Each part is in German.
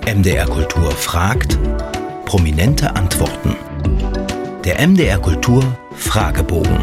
MDR Kultur fragt, prominente Antworten. Der MDR Kultur Fragebogen.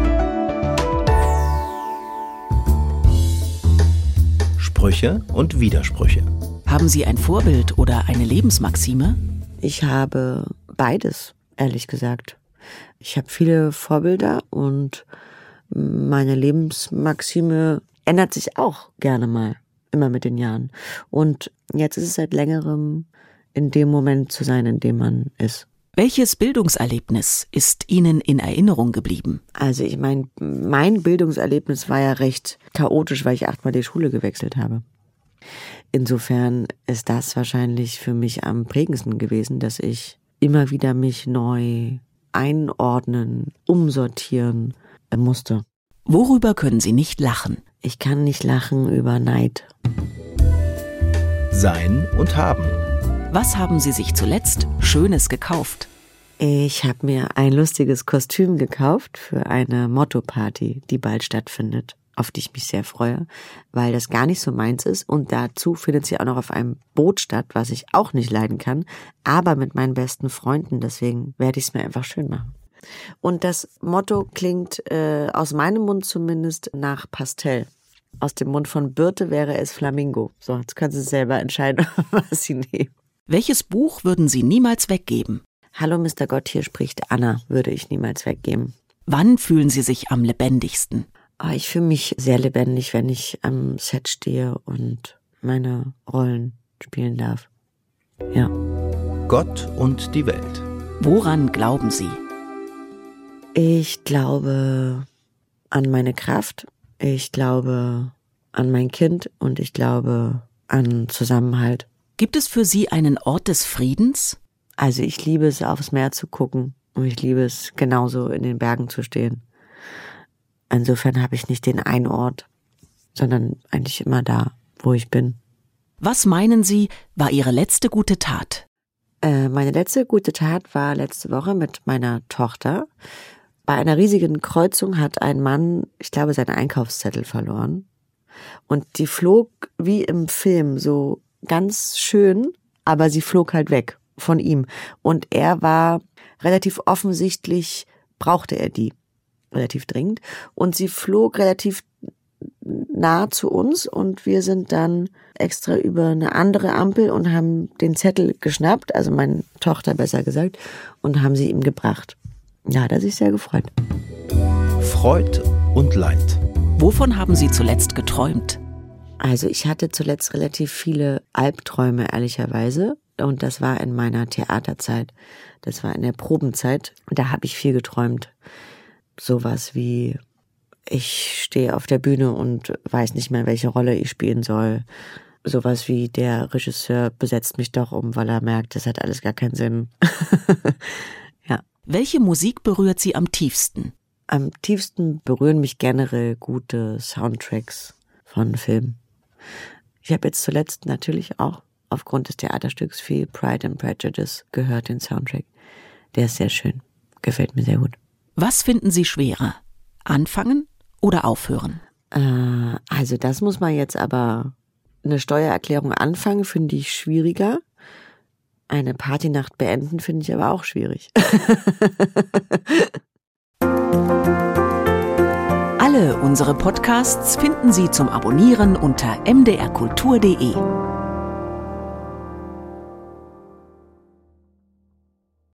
Sprüche und Widersprüche. Haben Sie ein Vorbild oder eine Lebensmaxime? Ich habe beides, ehrlich gesagt. Ich habe viele Vorbilder und meine Lebensmaxime ändert sich auch gerne mal, immer mit den Jahren. Und jetzt ist es seit längerem, in dem Moment zu sein, in dem man ist. Welches Bildungserlebnis ist Ihnen in Erinnerung geblieben? Also ich meine, mein Bildungserlebnis war ja recht chaotisch, weil ich 8-mal die Schule gewechselt habe. Insofern ist das wahrscheinlich für mich am prägendsten gewesen, dass ich immer wieder mich neu einordnen, umsortieren musste. Worüber können Sie nicht lachen? Ich kann nicht lachen über Neid. Sein und haben. Was haben Sie sich zuletzt Schönes gekauft? Ich habe mir ein lustiges Kostüm gekauft für eine Motto-Party, die bald stattfindet, auf die ich mich sehr freue, weil das gar nicht so meins ist. Und dazu findet sie auch noch auf einem Boot statt, was ich auch nicht leiden kann, aber mit meinen besten Freunden. Deswegen werde ich es mir einfach schön machen. Und das Motto klingt aus meinem Mund zumindest nach Pastell. Aus dem Mund von Birte wäre es Flamingo. So, jetzt können Sie selber entscheiden, was Sie nehmen. Welches Buch würden Sie niemals weggeben? Hallo Mr. Gott, hier spricht Anna, würde ich niemals weggeben. Wann fühlen Sie sich am lebendigsten? Ich fühle mich sehr lebendig, wenn ich am Set stehe und meine Rollen spielen darf. Ja. Gott und die Welt. Woran glauben Sie? Ich glaube an meine Kraft, ich glaube an mein Kind und ich glaube an Zusammenhalt. Gibt es für Sie einen Ort des Friedens? Also ich liebe es, aufs Meer zu gucken und ich liebe es, genauso in den Bergen zu stehen. Insofern habe ich nicht den einen Ort, sondern eigentlich immer da, wo ich bin. Was meinen Sie, war Ihre letzte gute Tat? Meine letzte gute Tat war letzte Woche mit meiner Tochter. Bei einer riesigen Kreuzung hat ein Mann, ich glaube, seinen Einkaufszettel verloren. Und die flog wie im Film, so ganz schön, aber sie flog halt weg von ihm. Und er war relativ offensichtlich, brauchte er die relativ dringend. Und sie flog relativ nah zu uns und wir sind dann extra über eine andere Ampel und haben den Zettel geschnappt, also meine Tochter besser gesagt, und haben sie ihm gebracht. Ja, hat er sich sehr gefreut. Freud und Leid. Wovon haben Sie zuletzt geträumt? Also ich hatte zuletzt relativ viele Albträume, ehrlicherweise. Und das war in meiner Theaterzeit. Das war in der Probenzeit. Und da habe ich viel geträumt. Sowas wie, ich stehe auf der Bühne und weiß nicht mehr, welche Rolle ich spielen soll. Sowas wie, der Regisseur besetzt mich doch um, weil er merkt, das hat alles gar keinen Sinn. Ja. Welche Musik berührt Sie am tiefsten? Am tiefsten berühren mich generell gute Soundtracks von Filmen. Ich habe jetzt zuletzt natürlich auch aufgrund des Theaterstücks viel Pride and Prejudice gehört, den Soundtrack. Der ist sehr schön, gefällt mir sehr gut. Was finden Sie schwerer? Anfangen oder aufhören? Also das muss man jetzt aber, eine Steuererklärung anfangen, finde ich schwieriger. Eine Partynacht beenden, finde ich aber auch schwierig. Alle unsere Podcasts finden Sie zum Abonnieren unter mdrkultur.de.